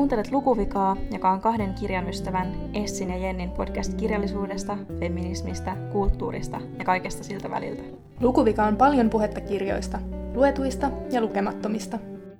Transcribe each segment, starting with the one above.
Kuuntelet Lukuvikaa, joka on kahden kirjan ystävän, Essin ja Jennin podcast kirjallisuudesta, feminismistä, kulttuurista ja kaikesta siltä väliltä. Lukuvika on paljon puhetta kirjoista, luetuista ja lukemattomista.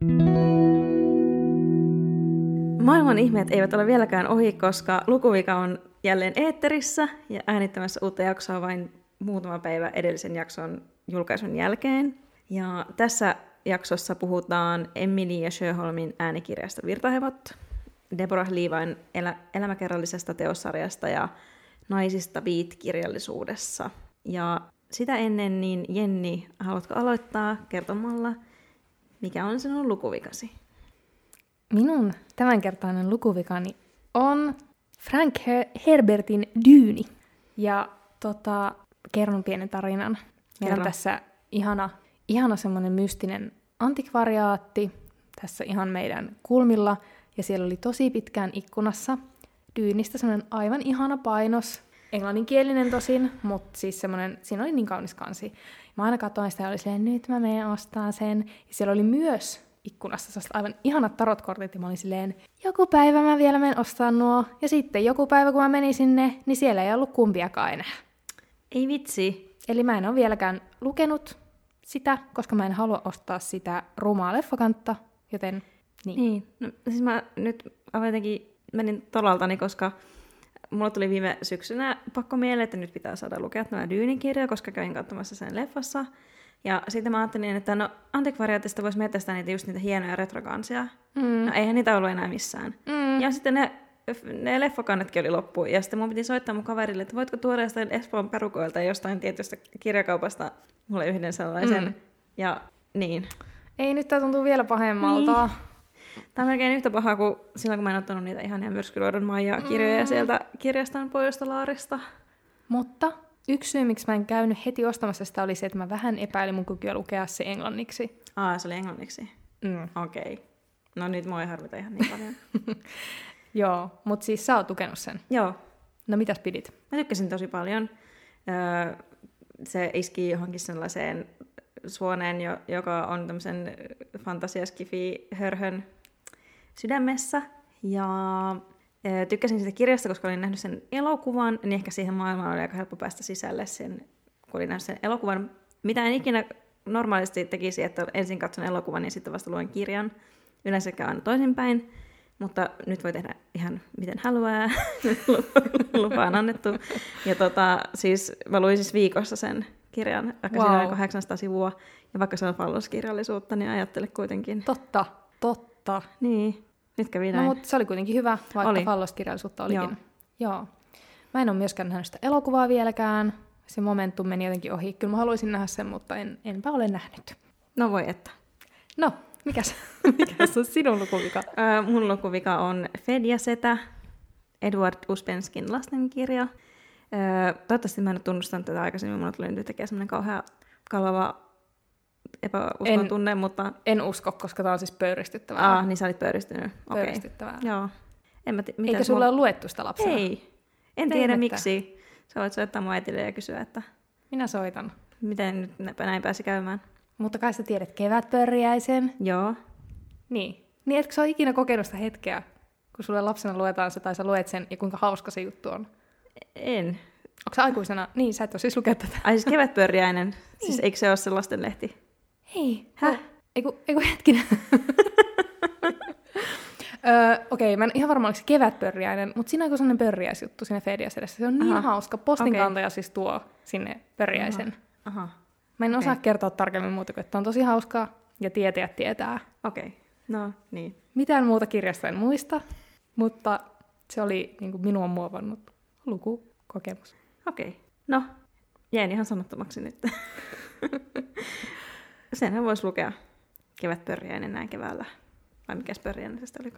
Maailman ihmeet eivät ole vieläkään ohi, koska Lukuvika on jälleen eetterissä ja äänittämässä uutta jaksoa vain muutama päivä edellisen jakson julkaisun jälkeen. Ja tässä jaksossa puhutaan Emilie Sjöholmin äänikirjasta Virtahevot, Deborah Leavine elämäkerrallisesta teossarjasta ja naisista beat-kirjallisuudessa. Ja sitä ennen, niin Jenni, haluatko aloittaa kertomalla, mikä on sinun lukuvikasi? Minun tämänkertainen lukuvikani on Frank Herbertin Dyyni. Ja kerron pienen tarinan. Meillä on tässä ihana semmoinen mystinen antikvariaatti tässä ihan meidän kulmilla. Ja siellä oli tosi pitkään ikkunassa Dyynistä semmoinen aivan ihana painos. Englanninkielinen tosin, mutta siis semmoinen, siinä oli niin kaunis kansi. Mä aina katsoin sitä ja oli silleen, nyt mä menen ostaa sen. Ja siellä oli myös ikkunassa sellaiset aivan ihanat tarotkortit, ja mä olin silleen, joku päivä mä vielä menen ostaa nuo. Ja sitten joku päivä, kun mä menin sinne, niin siellä ei ollut kumpiakaan enää. Ei vitsi. Eli mä en ole vieläkään lukenut sitä, koska mä en halua ostaa sitä rumaa leffakantta, joten niin. No, siis mä nyt jotenkin menin tolaltani, koska mulla tuli viime syksynä pakko mieleen, että nyt pitää saada lukea tämä Dyynin kirja, koska kävin katsomassa sen leffassa. Ja sitten mä ajattelin, että no antikvariaatista voisi metsästää niitä hienoja retrokansia. No eihän niitä ollut enää missään. Ja sitten ne leffakannetkin oli loppu. Ja sitten mun piti soittaa mun kaverille, että voitko tuoda jostain Espoon perukoilta jostain tietystä kirjakaupasta mulle yhden sellaisen. Ja niin. Ei, nyt tää tuntuu vielä pahemmalta. Niin. Tämä on melkein yhtä pahaa kuin silloin, kun mä en ottanut niitä ihania Myrskyluodon Maija-kirjoja sieltä kirjaston Pohjoista-Laarista. Mutta yksi syy, miksi mä en käynyt heti ostamassa sitä, oli se, että mä vähän epäilin mun kykyä lukea se englanniksi. Se oli englanniksi? Okei. No nyt mua ei harvita ihan niin paljon. Joo, mutta siis sä oot lukenut sen. Joo. No mitäs pidit? Mä tykkäsin tosi paljon. Se iski johonkin sellaiseen suoneen, joka on tämmöisen fantasiaskifi-hörhön sydämessä. Ja tykkäsin siitä kirjasta, koska olin nähnyt sen elokuvan, niin ehkä siihen maailmaan oli aika helppo päästä sisälle sen, kun olin nähnyt sen elokuvan. Mitä en ikinä normaalisti tekisi, että ensin katson elokuvan ja sitten vasta luen kirjan. Yleensäkään aina toisinpäin, mutta nyt voi tehdä ihan miten haluaa. Lupa on annettu. Ja siis mä luin siis viikossa sen kirjan, vaikka siinä oli 800 sivua. Ja vaikka se on falloskirjallisuutta, niin ajattele kuitenkin. Totta. Niin, nyt kävi näin. No, mutta se oli kuitenkin hyvä, vaikka falloskirjallisuutta olikin. Joo. Mä en ole myöskään nähnyt sitä elokuvaa vieläkään. Se momentum meni jotenkin ohi. Kyllä mä haluaisin nähdä sen, mutta enpä ole nähnyt. No voi että. No, mikäs on sinun lukuvika? Mun lukuvika on Fed ja Setä, Eduard Uspenskin lastenkirja. Toivottavasti mä en ole tunnustanut tätä aikaisemmin. Mulla tuli nyt yhtäkkiä semmoinen kauhean kalvava epäuskon tunne, mutta en usko, koska tää on siis pöyristyttävää. Niin sä olit pöyristynyt. Pöyristyttävää. Okay. Joo. Eikö sulla ole luettu sitä lapsena? Ei. En tiedä miksi. Sä voit soittaa mun äitille ja kysyä, että minä soitan. Miten nyt näin pääsi käymään? Mutta kai sä tiedät kevätpörjäisen. Joo. Niin etkö sä ole ikinä kokenut sitä hetkeä, kun sulle lapsena luetaan se tai sä luet sen ja kuinka hauska se juttu on? En. Onko sä aikuisena? Niin, sä et ole siis lukenut tätä. Ai siis kevätpörjäinen. Niin. Siis eikö se ole se lastenlehti? Ei. Häh? Eiku hetkinen. Okei, mä en ihan varma, oliko se kevätpörjäinen, mutta siinä on sellainen pörjäisjuttu siinä Fediasedessä. Se on niin hauska. Postinkantaja siis tuo sinne pörjäisen. Aha. Mä en osaa kertoa tarkemmin muuta kuin, että on tosi hauskaa ja tietäjät tietää. Okei. No niin. Mitään muuta kirjasta en muista, mutta se oli niin kuin minua muovannut lukukokemus. Okei. No, jäin ihan sanottomaksi nyt. Senhän voisi lukea kevätpörjäinen näin keväällä. Vai mikäs pörjäinen se oliko?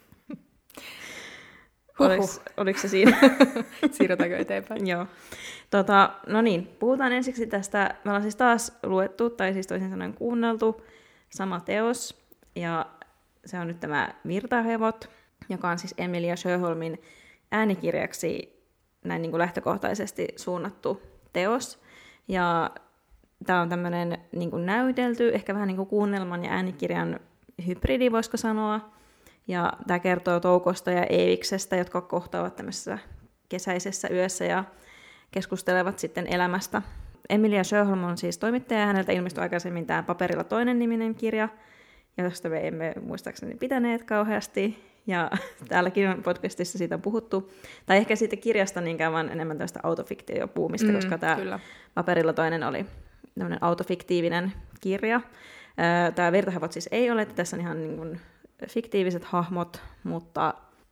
Oliko se siinä? Siirrytäänkö eteenpäin? Joo. No niin, puhutaan ensiksi tästä. Me ollaan siis taas luettu, tai siis toisin sanoen kuunneltu, sama teos. Ja se on nyt tämä Virtahevot, joka on siis Emilie Sjöholmin äänikirjaksi näin niin kuin lähtökohtaisesti suunnattu teos. Ja tämä on tämmöinen niin kuin näytelty, ehkä vähän niin kuin kuunnelman ja äänikirjan hybridi, voisiko sanoa. Ja tämä kertoo Toukosta ja Eeviksestä, jotka kohtaavat tämmöisessä kesäisessä yössä ja keskustelevat sitten elämästä. Emilia Sjöholm on siis toimittaja, ja häneltä ilmestyi aikaisemmin tämä Paperilla toinen niminen kirja, josta me emme muistaakseni pitäneet kauheasti. Ja täälläkin podcastissa siitä on puhuttu. Tai ehkä siitä kirjasta niinkään, vaan enemmän tästä autofiktiopuumista, koska tämä Paperilla toinen oli tämmöinen autofiktiivinen kirja. Tämä Virtahevot siis ei ole, että tässä on ihan niin kuin fiktiiviset hahmot, mutta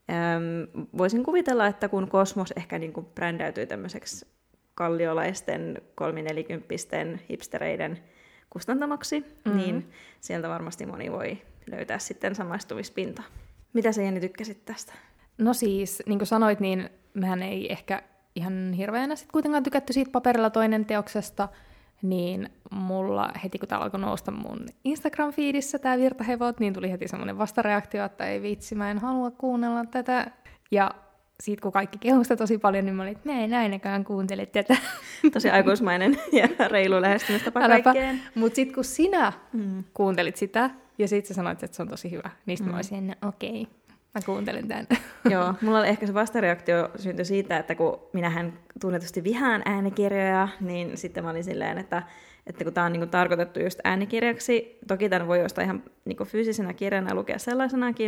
voisin kuvitella, että kun Kosmos ehkä niin kuin brändäytyy tämmöiseksi kalliolaisten 3-40 hipstereiden kustantamaksi, niin sieltä varmasti moni voi löytää sitten samaistumispintaa. Mitä sä, Jenni, tykkäsit tästä? No siis, niin kuin sanoit, niin mehän ei ehkä ihan hirveänä sit kuitenkaan tykätty siitä Paperilla toinen teoksesta, niin mulla heti kun tää alkoi nousta mun Instagram-feedissä tää Virtahevot, niin tuli heti semmoinen vastareaktio, että ei vitsi, mä en halua kuunnella tätä. Ja siitä kun kaikki kehusta tosi paljon, niin mä olin, että mä en ainakaan kuuntele tätä. Tosi aikuismainen ja reilu lähestymistapa kaikkeen. Mutta sitten kun sinä kuuntelit sitä, ja sitten sä sanoit, että se on tosi hyvä, niin sitten mä olisin, okei, mä kuuntelen tämän. Joo, mulla oli ehkä se vastareaktio syntyi siitä, että kun minähän tunnetusti vihaan äänikirjoja, niin sitten mä olin silleen, että kun tää on niinku tarkoitettu just äänikirjaksi, toki tämän voi jostain ihan niinku fyysisenä kirjana lukea sellaisenakin,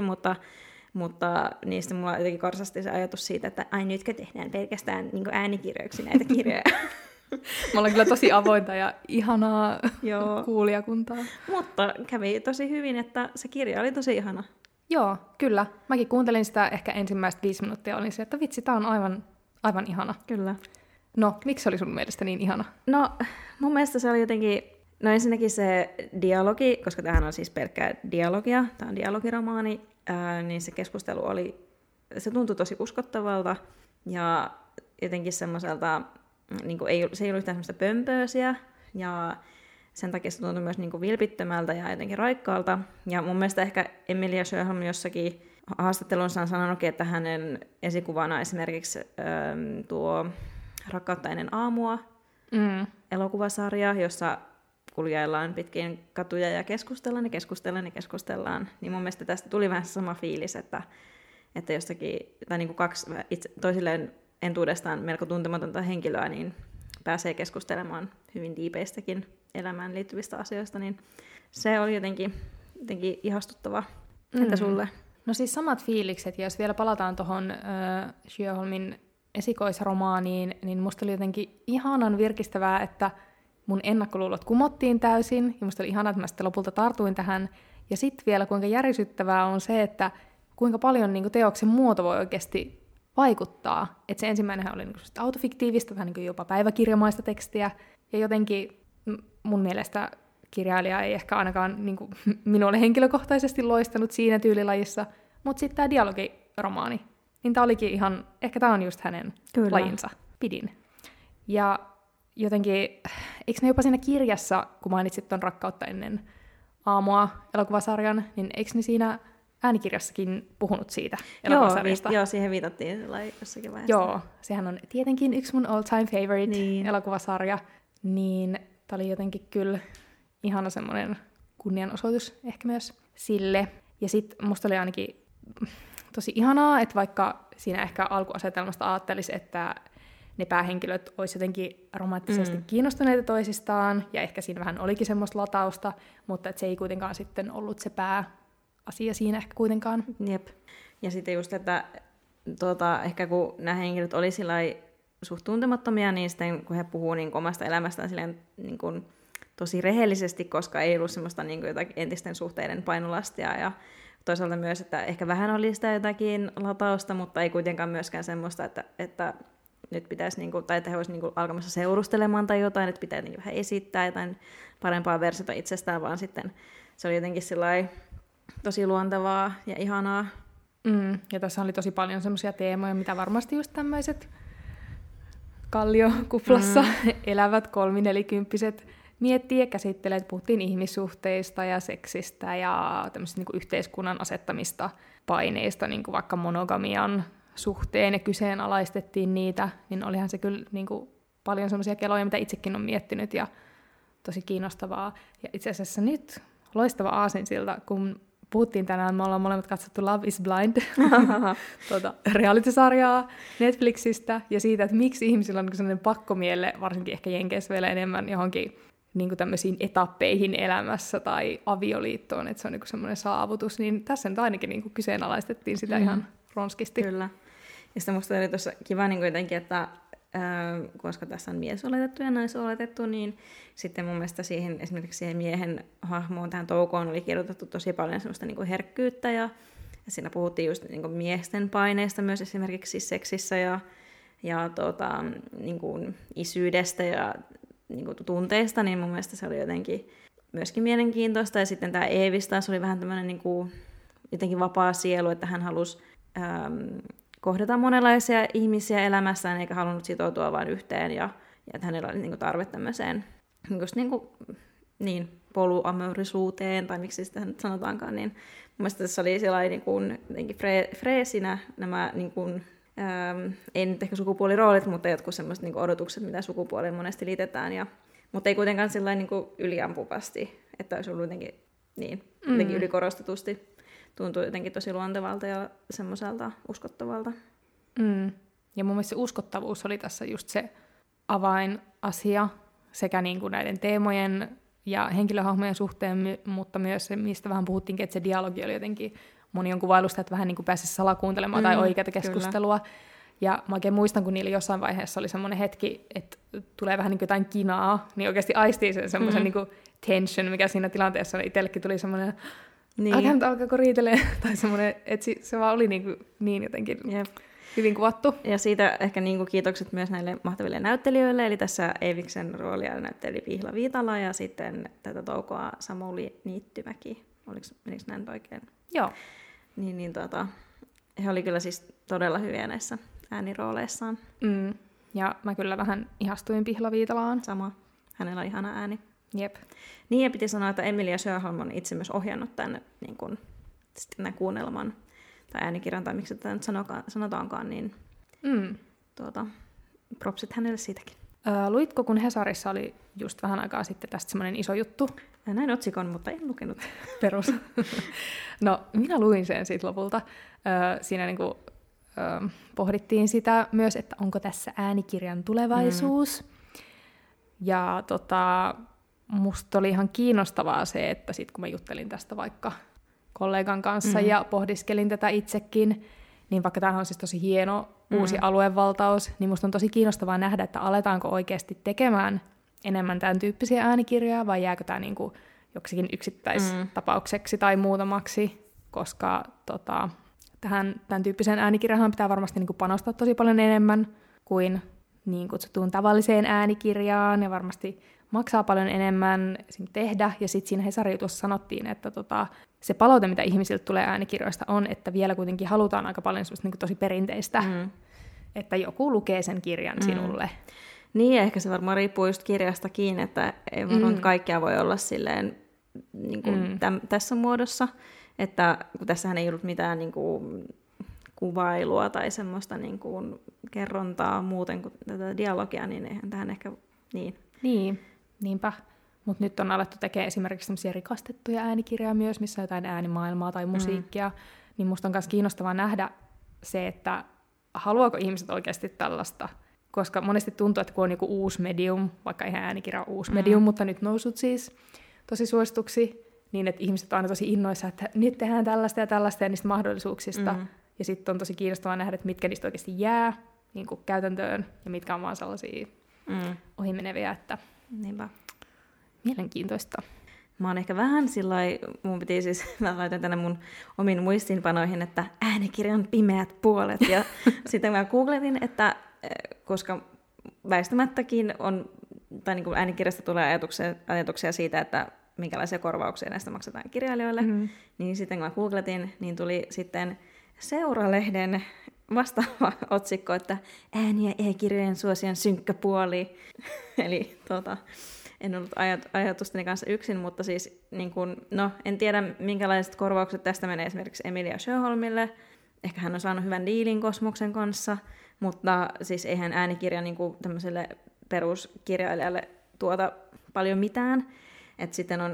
mutta niistä mulla jotenkin korsasti se ajatus siitä, että ai nytkö tehdään pelkästään niinku äänikirjoiksi näitä kirjoja. Mä olen kyllä tosi avointa ja ihanaa kuulijakuntaa. Mutta kävi tosi hyvin, että se kirja oli tosi ihana. Joo, kyllä. Mäkin kuuntelin sitä ehkä ensimmäistä 5 minuuttia, olin se, että vitsi, tää on aivan ihana. Kyllä. No, miksi se oli sun mielestä niin ihana? No, mun mielestä se oli jotenkin, no ensinnäkin se dialogi, koska tämähän on siis pelkkää dialogia, tämä on dialogiromaani, niin se keskustelu se tuntui tosi uskottavalta ja jotenkin semmoiselta, niin kuin se ei ollut yhtään semmoista pömpöösiä, ja sen takia se tuntui myös niin kuin vilpittömältä ja jotenkin raikkaalta. Ja mun mielestä ehkä Emilia Sjöholm jossakin haastattelunsa on sanonutkin, että hänen esikuvana esimerkiksi tuo Rakkautta ennen aamua elokuvasarja, jossa kuljaillaan pitkin katuja ja keskustellaan. Niin mun mielestä tästä tuli vähän sama fiilis, että jostakin, tai niin kuin kaksi toisilleen entuudestaan melko tuntematonta henkilöä, niin pääsee keskustelemaan hyvin diipeistäkin elämään liittyvistä asioista, niin se oli jotenkin ihastuttava. Entä sulle? No siis samat fiilikset, ja jos vielä palataan tuohon Sjöholmin esikoisromaaniin, niin musta oli jotenkin ihanan virkistävää, että mun ennakkoluulot kumottiin täysin, ja musta oli ihanaa, että mä sitten lopulta tartuin tähän. Ja sitten vielä kuinka järisyttävää on se, että kuinka paljon niin kuin teoksen muoto voi oikeasti vaikuttaa. Että se ensimmäinenhän oli niin autofiktiivistä, vähän niin kuin jopa päiväkirjamaista tekstiä, ja jotenkin mun mielestä kirjailija ei ehkä ainakaan niin kuin minulle henkilökohtaisesti loistanut siinä tyylilajissa, mutta sitten tämä dialogiromaani, niin tämä olikin ihan, ehkä tämä on just hänen lajinsa, pidin. Ja jotenkin, eikö ne jopa siinä kirjassa, kun mainitsit ton Rakkautta ennen aamua elokuvasarjan, niin eikö ne siinä äänikirjassakin puhunut siitä elokuvasarjasta? Joo, siihen viitattiin jossakin vaiheessa. Joo, sehän on tietenkin yksi mun all-time favorite elokuvasarja, niin tämä oli jotenkin kyllä ihana semmoinen kunnianosoitus ehkä myös sille. Ja sitten musta oli ainakin tosi ihanaa, että vaikka siinä ehkä alkuasetelmasta ajattelisi, että ne päähenkilöt olisi jotenkin romanttisesti kiinnostuneita toisistaan, ja ehkä siinä vähän olikin semmoista latausta, mutta että se ei kuitenkaan sitten ollut se pääasia siinä ehkä kuitenkaan. Jep. Ja sitten just, että ehkä kun nämä henkilöt oli sillai suht tuntemattomia, niin sitten kun he puhuu niin omasta elämästään silleen, niin kuin tosi rehellisesti, koska ei ollut semmoista niin kuin jotakin entisten suhteiden painolastia, ja toisaalta myös, että ehkä vähän oli sitä jotakin latausta, mutta ei kuitenkaan myöskään semmoista, että nyt pitäisi, niin kuin, tai että he olisivat niin alkamassa seurustelemaan tai jotain, että pitää niin vähän esittää jotain parempaa versiota itsestään, vaan sitten se oli jotenkin tosi luontevaa ja ihanaa. Ja tässä oli tosi paljon semmoisia teemoja, mitä varmasti just tämmöiset kalliokuplassa elävät 3-40-vuotiaat miettii ja käsittelee, että puhuttiin ihmissuhteista ja seksistä ja tämmöisistä niin kuin yhteiskunnan asettamista paineista, niin kuin vaikka monogamian suhteen ja kyseenalaistettiin niitä, niin olihan se kyllä niin kuin paljon semmoisia keloja, mitä itsekin on miettinyt ja tosi kiinnostavaa. Ja itse asiassa nyt loistava aasinsilta, kun puhuttiin tänään, me ollaan molemmat katsottu Love is Blind reality-sarjaa Netflixistä ja siitä, että miksi ihmisillä on sellainen pakkomielle, varsinkin ehkä Jenkeissä vielä enemmän johonkin niin kuin tämmöisiin etappeihin elämässä tai avioliittoon, että se on niin kuin semmoinen saavutus, niin tässä nyt ainakin niin kuin kyseenalaistettiin sitä ihan ronskisti. Kyllä. Ja sitten musta oli tuossa kiva niin jotenkin, että koska tässä on mies oletettu ja nais oletettu, niin sitten mun mielestä siihen, esimerkiksi siihen miehen hahmoon, tähän Toukoon oli kirjoitettu tosi paljon semmoista niin kuin herkkyyttä, ja siinä puhuttiin just niin kuin miesten paineista myös esimerkiksi seksissä ja niin kuin isyydestä ja niin kuin tunteista, niin mun mielestä se oli jotenkin myöskin mielenkiintoista. Ja sitten tämä Eevis taas oli vähän tämmöinen niin kuin jotenkin vapaa sielu, että hän halusi kohdata monenlaisia ihmisiä elämässään, eikä halunnut sitoutua vain yhteen, ja että hänellä oli niin kuin tarve tämmöiseen just niin polyamorisuuteen, tai miksi sitä nyt sanotaankaan, niin mun mielestä tässä oli sellainen niin kuin, jotenkin freesinä nämä niin kuin, ei nyt ehkä sukupuoliroolit, mutta jotkut semmoiset niin kuin odotukset, mitä sukupuoleen monesti liitetään, mutta ei kuitenkaan sellainen niin kuin yliampuvasti, että olisi ollut jotenkin, jotenkin ylikorostetusti. Tuntuu jotenkin tosi luontevalta ja semmoiselta uskottavalta. Ja mun mielestä se uskottavuus oli tässä just se avainasia sekä niin kuin näiden teemojen ja henkilöhahmojen suhteen, mutta myös se, mistä vähän puhuttiinkin, että se dialogi oli jotenkin, moni on kuvailusta, että vähän niin kuin pääsisi salakuuntelemaan tai oikeata keskustelua. Kyllä. Ja mä oikein muistan, kun niillä jossain vaiheessa oli semmoinen hetki, että tulee vähän niin kuin jotain kinaa, niin oikeasti aistii sen semmoisen niin kuin tension, mikä siinä tilanteessa itsellekin tuli semmoinen, niin. Alkaako riitelee, tai semmoinen, että se vaan oli niin jotenkin hyvin kuvattu. Ja siitä ehkä kiitokset myös näille mahtaville näyttelijöille, eli tässä Eeviksen roolia näytteli Pihla Viitala ja sitten tätä Toukoa Samuli Niittymäki. Menikö näin oikein? Joo. He oli kyllä siis todella hyviä näissä äänirooleissaan. Ja mä kyllä vähän ihastuin Pihla Viitalaan. Sama. Hänellä on ihana ääni. Jep. Niin, ja piti sanoa, että Emilia Sjöholm on itse myös ohjannut tämän kuunnelman tai äänikirjan, tai miksi tätä nyt sanotaankaan, niin propsit hänelle siitäkin. Luitko, kun Hesarissa oli just vähän aikaa sitten tästä semmoinen iso juttu? Näin otsikon, mutta en lukenut. Perus. No, minä luin sen siitä lopulta. Siinä pohdittiin sitä myös, että onko tässä äänikirjan tulevaisuus. Ja musta oli ihan kiinnostavaa se, että sit kun mä juttelin tästä vaikka kollegan kanssa ja pohdiskelin tätä itsekin, niin vaikka tämä on siis tosi hieno uusi aluevaltaus, niin musta on tosi kiinnostavaa nähdä, että aletaanko oikeasti tekemään enemmän tämän tyyppisiä äänikirjoja, vai jääkö tämä niinku joksikin yksittäistapaukseksi tai muutamaksi, koska tämän tyyppiseen äänikirjaan pitää varmasti niinku panostaa tosi paljon enemmän kuin niin kutsuttuun tavalliseen äänikirjaan, ja varmasti maksaa paljon enemmän tehdä, ja sitten siinä Hesari-jutussa sanottiin, että se palaute, mitä ihmisiltä tulee äänikirjoista, on, että vielä kuitenkin halutaan aika paljon semmoista niin tosi perinteistä, että joku lukee sen kirjan sinulle. Niin, ja ehkä se varmaan riippuu just kirjastakin, että ei varmaan kaikkea voi olla silleen niin kuin tässä muodossa, että kun tässähän ei ollut mitään niin kuin kuvailua tai semmoista niin kuin kerrontaa muuten kuin tätä dialogia, niin eihän tähän ehkä Niin, niinpä. Mutta nyt on alettu tekemään esimerkiksi semmoisia rikastettuja äänikirjoja myös, missä on jotain äänimaailmaa tai musiikkia. Niin musta on myös kiinnostavaa nähdä se, että haluaako ihmiset oikeasti tällaista. Koska monesti tuntuu, että kun on joku uusi medium, vaikka eihän äänikirja ole uusi medium, mutta nyt nousut siis tosi suosituksi, niin että ihmiset on aina tosi innoissa, että nyt tehdään tällaista ja niistä mahdollisuuksista. Ja sitten on tosi kiinnostavaa nähdä, että mitkä niistä oikeasti jää niin kuin käytäntöön ja mitkä on vaan sellaisia ohimeneviä, että niinpä. Mielenkiintoista. Mä oon ehkä vähän sillai, mä laitan tänne mun omiin muistinpanoihin, että äänikirjan pimeät puolet. Ja sitten mä googletin, että koska väistämättäkin on, tai niin kuin äänikirjasta tulee ajatuksia siitä, että minkälaisia korvauksia näistä maksetaan kirjailijoille, niin sitten kun mä googletin, niin tuli sitten Seura-lehden vastaava otsikko, että ääni- ja e-kirjojen suosion synkkä puoli. Eli en ollut ajatusteni kanssa yksin, mutta siis en tiedä minkälaiset korvaukset tästä menee esimerkiksi Emilia Sjöholmille. Ehkä hän on saanut hyvän diilin Kosmoksen kanssa, mutta siis eihän äänikirja tämmöiselle peruskirjailijalle tuota paljon mitään. Et sitten on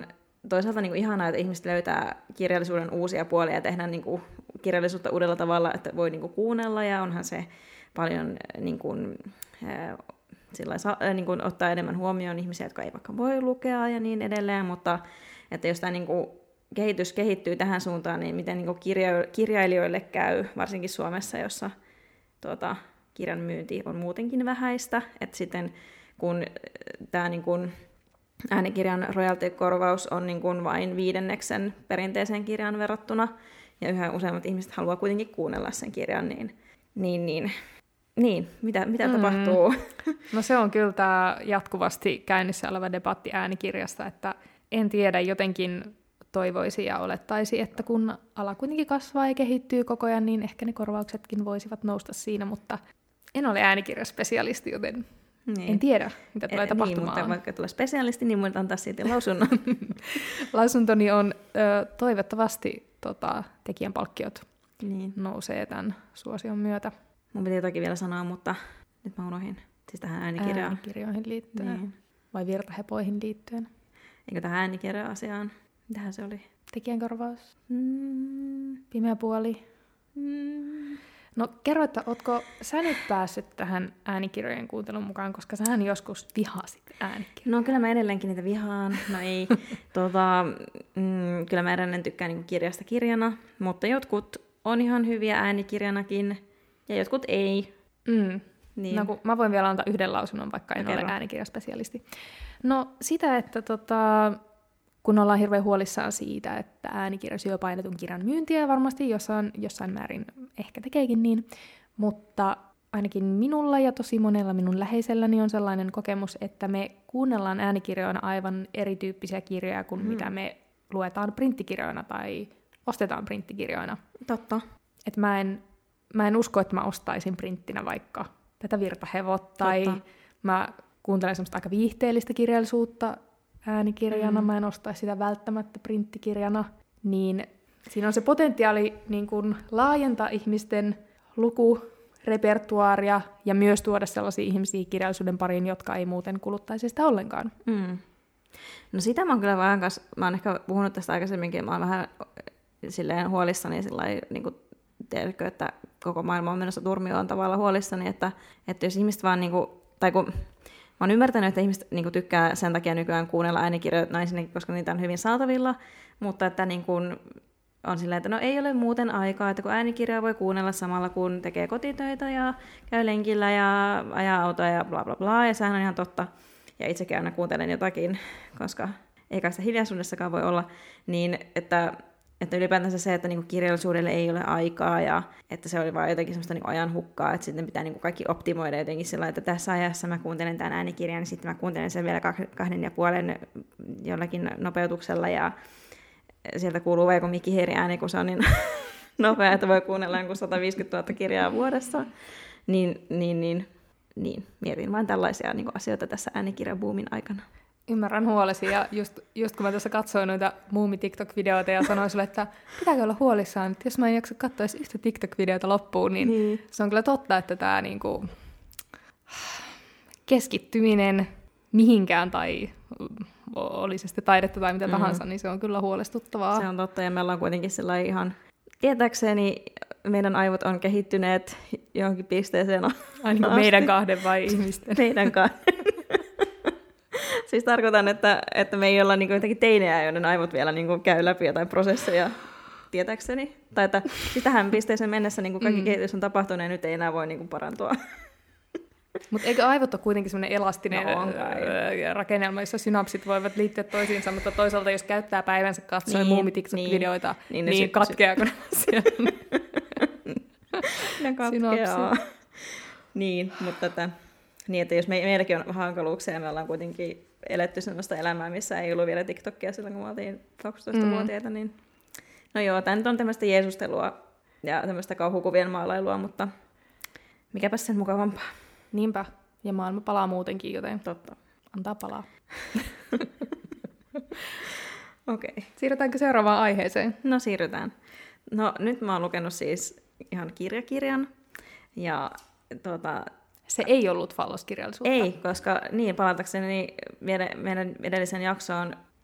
toisaalta niin kuin ihanaa, että ihmiset löytää kirjallisuuden uusia puolia ja tehdään niin kuin kirjallisuutta uudella tavalla, että voi niin kuin kuunnella, ja onhan se paljon niin kuin, niin kuin ottaa enemmän huomioon ihmisiä, jotka ei vaikka voi lukea ja niin edelleen, mutta että jos tämä niin kuin kehitys kehittyy tähän suuntaan, niin miten niin kuin kirjailijoille käy, varsinkin Suomessa, jossa kirjan myynti on muutenkin vähäistä, että sitten kun tämä niin kuin äänikirjan royalty-korvaus on niin kuin vain 5% perinteiseen kirjaan verrattuna, ja yhä useammat ihmiset haluaa kuitenkin kuunnella sen kirjan, niin mitä tapahtuu? No se on kyllä tämä jatkuvasti käynnissä oleva debatti äänikirjasta, että en tiedä, jotenkin toivoisi ja olettaisi, että kun ala kuitenkin kasvaa ja kehittyy koko ajan, niin ehkä ne korvauksetkin voisivat nousta siinä, mutta en ole äänikirjaspesialisti, joten en tiedä, mitä tulee tapahtumaan. Niin, mutta vaikka tulee spesialisti, niin voit antaa siitä lausunnon. Lausuntoni on toivottavasti tekijän palkkiot nousee tämän suosion myötä. Mun piti jotakin vielä sanoa, mutta nyt mä unohdin. Siis tähän äänikirjoihin liittyen. Niin. Vai virtahepoihin liittyen. Eikö tähän äänikirja-asiaan? Mitähän se oli? Tekijänkorvaus. Pimeä puoli. No kerro, että ootko sä nyt päässyt tähän äänikirjojen kuuntelun mukaan, koska sähän joskus vihasit äänikirjoja. No kyllä mä edelleenkin niitä vihaan. No ei. Kyllä mä edelleen tykkään niin kirjasta kirjana, mutta jotkut on ihan hyviä äänikirjanakin ja jotkut ei. Niin. No kun mä voin vielä antaa yhden lausunnon, vaikka en ole äänikirjaspesialisti. No sitä, että kun ollaan hirveän huolissaan siitä, että äänikirja syö painetun kirjan myyntiä, ja varmasti jossain määrin ehkä tekeekin niin, mutta ainakin minulla ja tosi monella minun läheiselläni on sellainen kokemus, että me kuunnellaan äänikirjoina aivan erityyppisiä kirjoja kuin mitä me luetaan printtikirjoina tai ostetaan printtikirjoina. Totta. Et mä en usko, että mä ostaisin printtinä vaikka tätä Virtahevot, tai mä kuuntelen semmoista aika viihteellistä kirjallisuutta äänikirjana, mä en ostaisi sitä välttämättä printtikirjana, niin siinä on se potentiaali niin kuin laajentaa ihmisten lukurepertuaaria ja myös tuoda sellaisia ihmisiä kirjallisuuden pariin, jotka ei muuten kuluttaisi sitä ollenkaan. No sitä mä oon kyllä vähän kanssa, mä oon ehkä puhunut tästä aikaisemminkin, mä oon vähän silleen huolissani niin kuin tiedätkö, että koko maailma on menossa turmioon tavalla huolissani, että jos ihmiset vaan, niin kuin, tai kun mä oon ymmärtänyt, että ihmiset niin kuin tykkää sen takia nykyään kuunnella äänikirjoja naisille, koska niitä on hyvin saatavilla, mutta että niin kuin on silleen, että no ei ole muuten aikaa, että kun äänikirjaa voi kuunnella samalla kun tekee kotitöitä ja käy lenkillä ja ajaa autoa ja bla bla bla, ja sehän on ihan totta. Ja itsekin aina kuuntelen jotakin, koska ei kai sitä hiljaisuudessakaan voi olla, niin että ylipäätänsä se, että niinku kirjallisuudelle ei ole aikaa ja että se oli vaan jotenkin semmoista niinku ajan hukkaa, että sitten pitää niinku kaikki optimoida jotenkin sillä, että tässä ajassa mä kuuntelen tämän äänikirjan, niin sitten mä kuuntelen sen vielä 2,5 jollakin nopeutuksella ja sieltä kuuluu vaikka Mikki Heiri ääni, kun se on niin nopea, että voi kuunnella jonkun 150 000 kirjaa vuodessa. Niin, mietin vain tällaisia niinku asioita tässä äänikirjabuumin aikana. Ymmärrän huolesi, ja just kun mä tuossa katsoin noita muumi-TikTok-videoita ja sanoin sulle, että pitääkö olla huolissaan, että jos mä en jaksa katsoa yhtä TikTok-videota loppuun, niin se on kyllä totta, että tämä niinku keskittyminen mihinkään tai oli se sitten taidetta tai mitä tahansa, niin se on kyllä huolestuttavaa. Se on totta, ja me ollaan kuitenkin sellainen ihan tietääkseni meidän aivot on kehittyneet johonkin pisteeseen. Aina meidän kahden vai ihmisten? Meidän kahden. Siis tarkoitan, että me ei olla niinku jotenkin teinejä, joiden aivot vielä niinku käy läpi jotain prosesseja, tietääkseni. Tai että siis tähän pisteeseen mennessä niinku kaikki kehitys on tapahtunut ja nyt ei enää voi niinku parantua. Mutta eikö aivot ole kuitenkin semmoinen elastinen rakennelma, jossa synapsit voivat liittyä toisiinsa, mutta toisaalta jos käyttää päivänsä katsoen muumi-TikTok-videoita, niin katkeako ne siellä? Ne katkeaa. Niin, mutta niin, että jos meilläkin on hankaluuksia ja me ollaan kuitenkin eletty sellaista elämää, missä ei ollut vielä TikTokia silloin, kun me oltiin 12-vuotiaita, niin no joo, tämä nyt on tämmöistä jeesustelua ja tämmöistä kauhukuvien maalailua, mutta mikäpäs sen mukavampaa. Niinpä, ja maailma palaa muutenkin, joten totta. Antaa palaa. Okei. Siirrytäänkö seuraavaan aiheeseen? No siirrytään. No nyt mä oon lukenut siis ihan kirjan ja se ei ollut falloskirjallisuutta. Ei, koska niin palatakseni meidän edellisen jaksoon,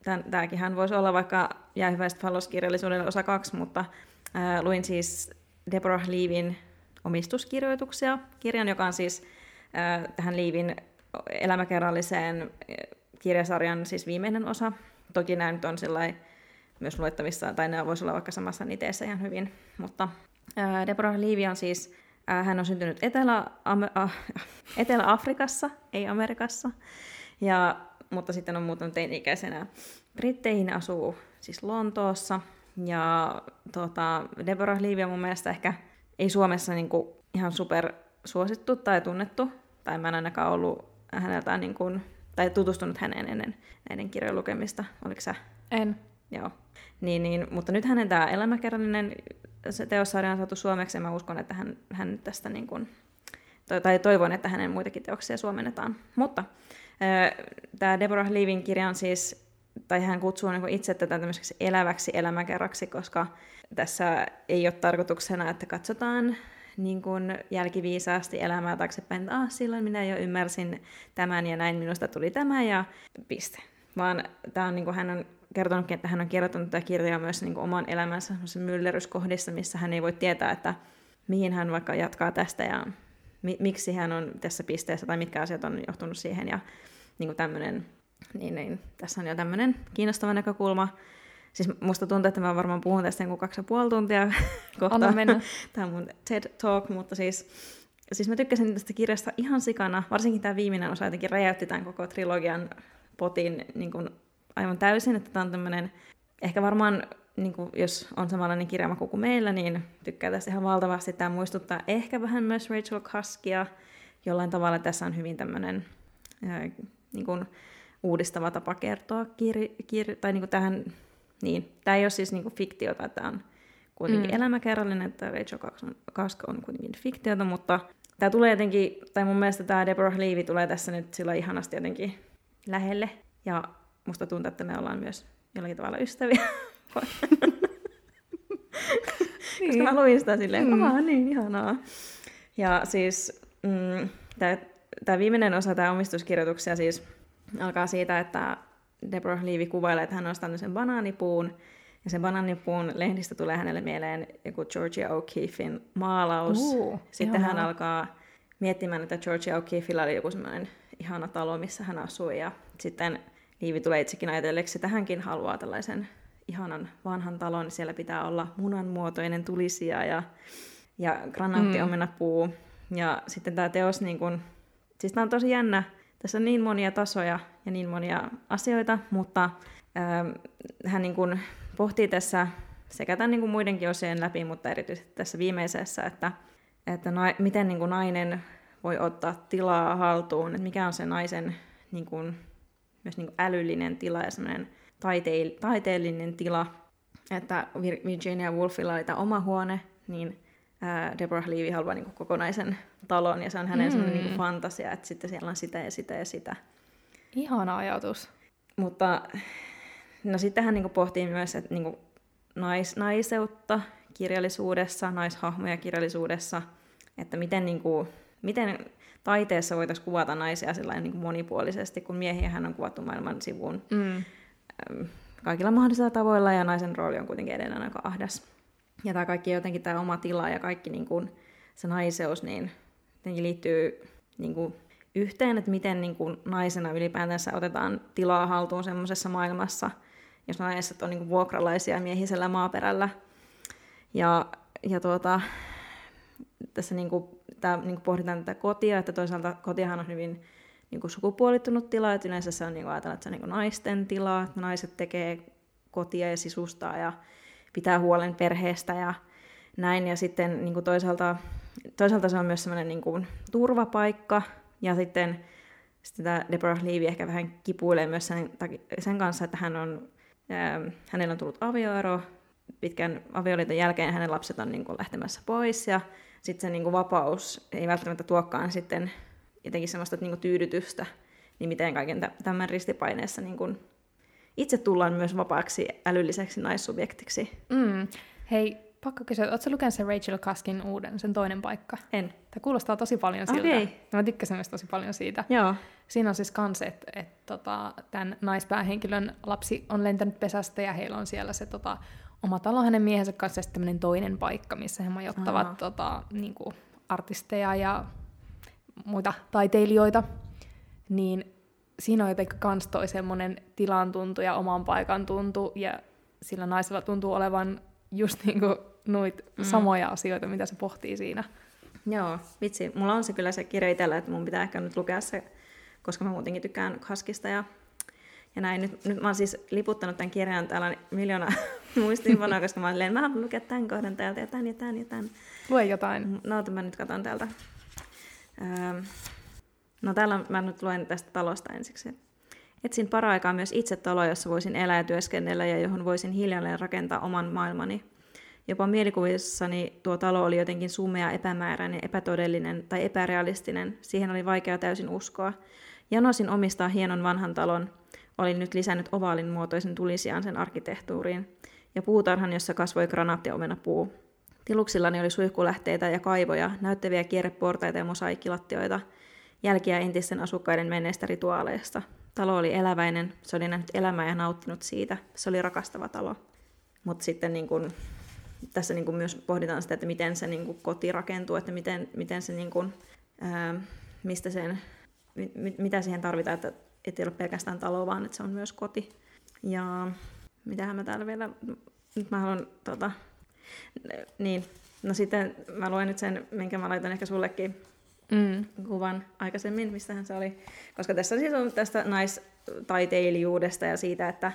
tämäkin voisi olla vaikka Jäähyväiset falloskirjallisuudelle osa 2, mutta luin siis Deborah Leavin omistuskirjoituksia, kirjan, joka on siis tähän Leavin elämäkerralliseen kirjasarjan siis viimeinen osa. Toki nämä nyt on myös luettavissa, tai ne voisi olla vaikka samassa niteessä ihan hyvin, mutta Deborah Leavi on siis, hän on syntynyt Etelä-Afrikassa, ei Amerikassa, mutta sitten on muuttanut teini-ikäisenä Britteihin, asuu siis Lontoossa, ja Deborah Leavi on mun mielestä ehkä ei Suomessa niinku ihan super suosittu tai tunnettu, tai mä en ainakaan ollut häneltä tai tutustunut häneen ennen näiden kirjojen lukemista. Oliko sä? En. Joo. Mutta nyt hänen tämä elämäkerrallinen teossarja on saatu suomeksi, ja mä uskon, että hän tästä tai toivon, että hänen muitakin teoksia suomennetaan. Mutta tämä Deborah Leavin kirja on siis, tai hän kutsuu itse tätä tämmöiseksi eläväksi elämäkerraksi, koska tässä ei ole tarkoituksena, että katsotaan jälkiviisaasti elämää taaksepäin, että silloin minä jo ymmärsin tämän ja näin minusta tuli tämä ja piste. Vaan tämä on, hän on kertonutkin, että hän on kirjoittanut tätä kirjaa myös oman elämänsä myllerryskohdissa, missä hän ei voi tietää, että mihin hän vaikka jatkaa tästä ja miksi hän on tässä pisteessä tai mitkä asiat on johtunut siihen. Ja tämmöinen, tässä on jo tämmöinen kiinnostava näkökulma. Siis musta tuntuu, että mä varmaan puhun tästä 2,5 tuntia kohta. Anna mennä. Tämä on mun TED Talk, mutta siis mä tykkäsin tästä kirjasta ihan sikana. Varsinkin tämä viimeinen osa jotenkin räjäytti tämän koko trilogian potin aivan täysin, että tämä on tämmöinen, ehkä varmaan, jos on samanlainen kirjamaku kuin meillä, niin tykkää tästä ihan valtavasti. Tämä muistuttaa ehkä vähän myös Rachel Cuskia. Jollain tavalla tässä on hyvin tämmöinen uudistava tapa kertoa tai tähän. Niin, tämä ei ole siis fiktiota, tämä on kuitenkin elämäkerrallinen, että Rachel Cusk on kuitenkin fiktiota, mutta tämä tulee jotenkin, tai mun mielestä tämä Deborah Leavi tulee tässä nyt sillä ihanasti jotenkin lähelle, ja musta tuntuu, että me ollaan myös jollakin tavalla ystäviä. Koska mä luin sitä silleen, että niin ihanaa. Ja siis tämä viimeinen osa, tämä omistuskirjoituksia siis alkaa siitä, että Deborah Leavi kuvailee, että hän on ostanut sen banaanipuun, ja sen banaanipuun lehdistä tulee hänelle mieleen joku Georgia O'Keeffin maalaus. Sitten hän alkaa miettimään, että Georgia O'Keeffillä oli joku semmoinen ihana talo, missä hän asui, ja sitten Leavi tulee itsekin ajatelleeksi, että hänkin haluaa tällaisen ihanan vanhan talon, niin siellä pitää olla munanmuotoinen tulisija ja granaattiomenapuu. Ja sitten tämä teos, siis tämä on tosi jännä. Tässä on niin monia tasoja ja niin monia asioita, mutta hän pohtii tässä sekä tämän muidenkin osien läpi, mutta erityisesti tässä viimeisessä, että miten nainen voi ottaa tilaa haltuun, että mikä on se naisen myös älyllinen tila ja semmoinen taiteellinen tila, että Virginia Woolfilla oli tämä oma huone, niin Deborah Leavi haluaa kokonaisen talon, ja se on hänen semmoinen fantasia, että sitten siellä on sitä ja sitä ja sitä. Ihana ajatus. Mutta sitten hän pohtii myös, että naiseutta kirjallisuudessa, naishahmoja kirjallisuudessa, että miten taiteessa voitaisiin kuvata naisia monipuolisesti, kun miehiä hän on kuvattu maailman sivuun kaikilla mahdollisilla tavoilla, ja naisen rooli on kuitenkin edelleen aika ahdas. Ja tämä kaikki jotenkin tämä oma tila ja kaikki se naiseus niin jotenkin liittyy yhteen, että miten naisena ylipäätänsä otetaan tilaa haltuun semmoisessa maailmassa, jos naiset on vuokralaisia miehisellä maaperällä. Ja tässä pohditaan tätä kotia, että toisaalta kotihan on hyvin sukupuolittunut tila, että yleensä se on ajatellaan, että se on naisten tila, että naiset tekee kotia ja sisustaa ja pitää huolen perheestä ja näin, ja sitten toisaalta se on myös semmoinen turvapaikka, ja sitten tämä Deborah Leavi ehkä vähän kipuilee myös sen kanssa, että hänellä on tullut avioero, pitkän avioliiton jälkeen hänen lapset on lähtemässä pois, ja sitten se vapaus ei välttämättä tuokaan sitten jotenkin semmoista tyydytystä, niin miten kaiken tämän ristipaineessa itse tullaan myös vapaaksi älylliseksi naissubjektiksi. Hei, pakko kysyä, ootko sä lukenut sen Rachel Cuskin uuden, sen toinen paikka? En. Tämä kuulostaa tosi paljon siltä. Okay. Ja mä tykkäsin myös tosi paljon siitä. Joo. Siinä on siis kans, että tämän naispäähenkilön lapsi on lentänyt pesästä ja heillä on siellä se oma talo hänen miehensä kanssa ja sitten tämmöinen toinen paikka, missä he majoittavat niinku artisteja ja muita taiteilijoita. Niin siinä on jotenkin kans toi semmoinen tilan tuntu ja oman paikan tuntu ja sillä naisella tuntuu olevan just niinku noit samoja asioita, mitä se pohtii siinä. Joo, vitsi. Mulla on se kyllä se kirja itsellä, että mun pitää ehkä nyt lukea se, koska mä muutenkin tykkään Huskista ja näin. Nyt mä oon siis liputtanut tämän kirjan, täällä on miljoona muistiinpanoa, koska mä haluan lukea tämän kohdan täältä ja tämän ja tämän ja tämän. Lue jotain. No, mä nyt katson täältä. No täällä mä nyt luen tästä talosta ensiksi. Etsin paraikaa myös itse taloa, jossa voisin elää ja työskennellä ja johon voisin hiljalleen rakentaa oman maailmani. Jopa mielikuvissani tuo talo oli jotenkin sumea, epämääräinen, epätodellinen tai epärealistinen. Siihen oli vaikea täysin uskoa. Janosin omistaa hienon vanhan talon. Olin nyt lisännyt ovaalin muotoisen tulisijan sen arkkitehtuuriin. Ja puutarhan, jossa kasvoi granaatti- ja omenapuu. Tiluksillani oli suihkulähteitä ja kaivoja, näyttäviä kierreportaita ja mosaikkilattioita. Jälkiä entisten asukkaiden menneistä rituaaleista. Talo oli eläväinen, se oli nähnyt elämää ja nauttinut siitä. Se oli rakastava talo. Mutta sitten niin kun, tässä niin kun myös pohditaan sitä, että miten se niin kun koti rakentuu, että miten se, niin kun, mitä siihen tarvitaan, että ei ole pelkästään talo, vaan että se on myös koti. Ja mitähän mä täällä vielä, nyt mä haluan, niin, no sitten mä luen nyt sen, minkä mä laitan ehkä sullekin kuvan aikaisemmin, mistähän se oli. Koska tässä siis on tästä naistaiteilijuudesta ja siitä, että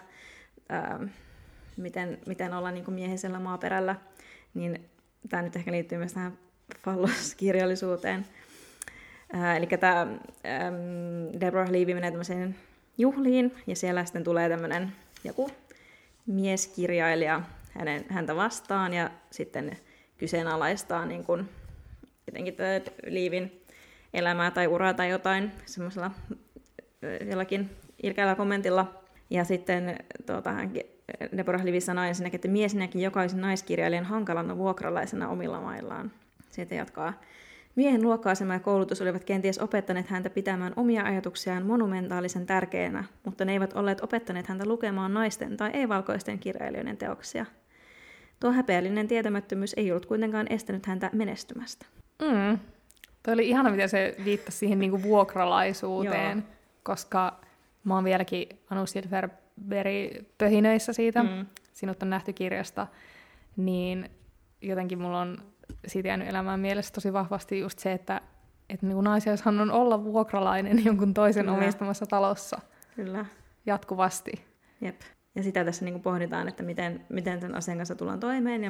miten olla niin kuin miehisellä maaperällä, niin tämä nyt ehkä liittyy myös tähän falloskirjallisuuteen. Eli tämä Deborah Levy menee tämmöiseen juhliin, ja siellä sitten tulee tämmöinen joku mieskirjailija häntä vastaan, ja sitten kyseenalaistaa niin kuin jotenkin tätä Levyn elämää tai uraa tai jotain semmoisella jollakin ilkeällä kommentilla. Ja sitten Deborah Levy sanoi ensinnäkin, että mies näki jokaisen naiskirjailijan hankalana vuokralaisena omilla maillaan. Sitten jatkaa. Miehen luokka-asema ja koulutus olivat kenties opettaneet häntä pitämään omia ajatuksiaan monumentaalisen tärkeänä, mutta ne eivät olleet opettaneet häntä lukemaan naisten tai ei-valkoisten kirjailijoiden teoksia. Tuo häpeällinen tietämättömyys ei ollut kuitenkaan estänyt häntä menestymästä. Toi oli ihana, miten se viittasi siihen niinku vuokralaisuuteen, Joo. Koska mä oon vieläkin Anu Silverberg pöhinöissä siitä, sinut on nähty kirjasta, niin jotenkin mulla on siitä jäänyt elämään mielessä tosi vahvasti just se, että niinku naisiaishan on olla vuokralainen jonkun toisen omistamassa talossa. Kyllä. Jatkuvasti. Jep. Ja sitä tässä niinku pohditaan, että miten sen asian kanssa tullaan toimeen ja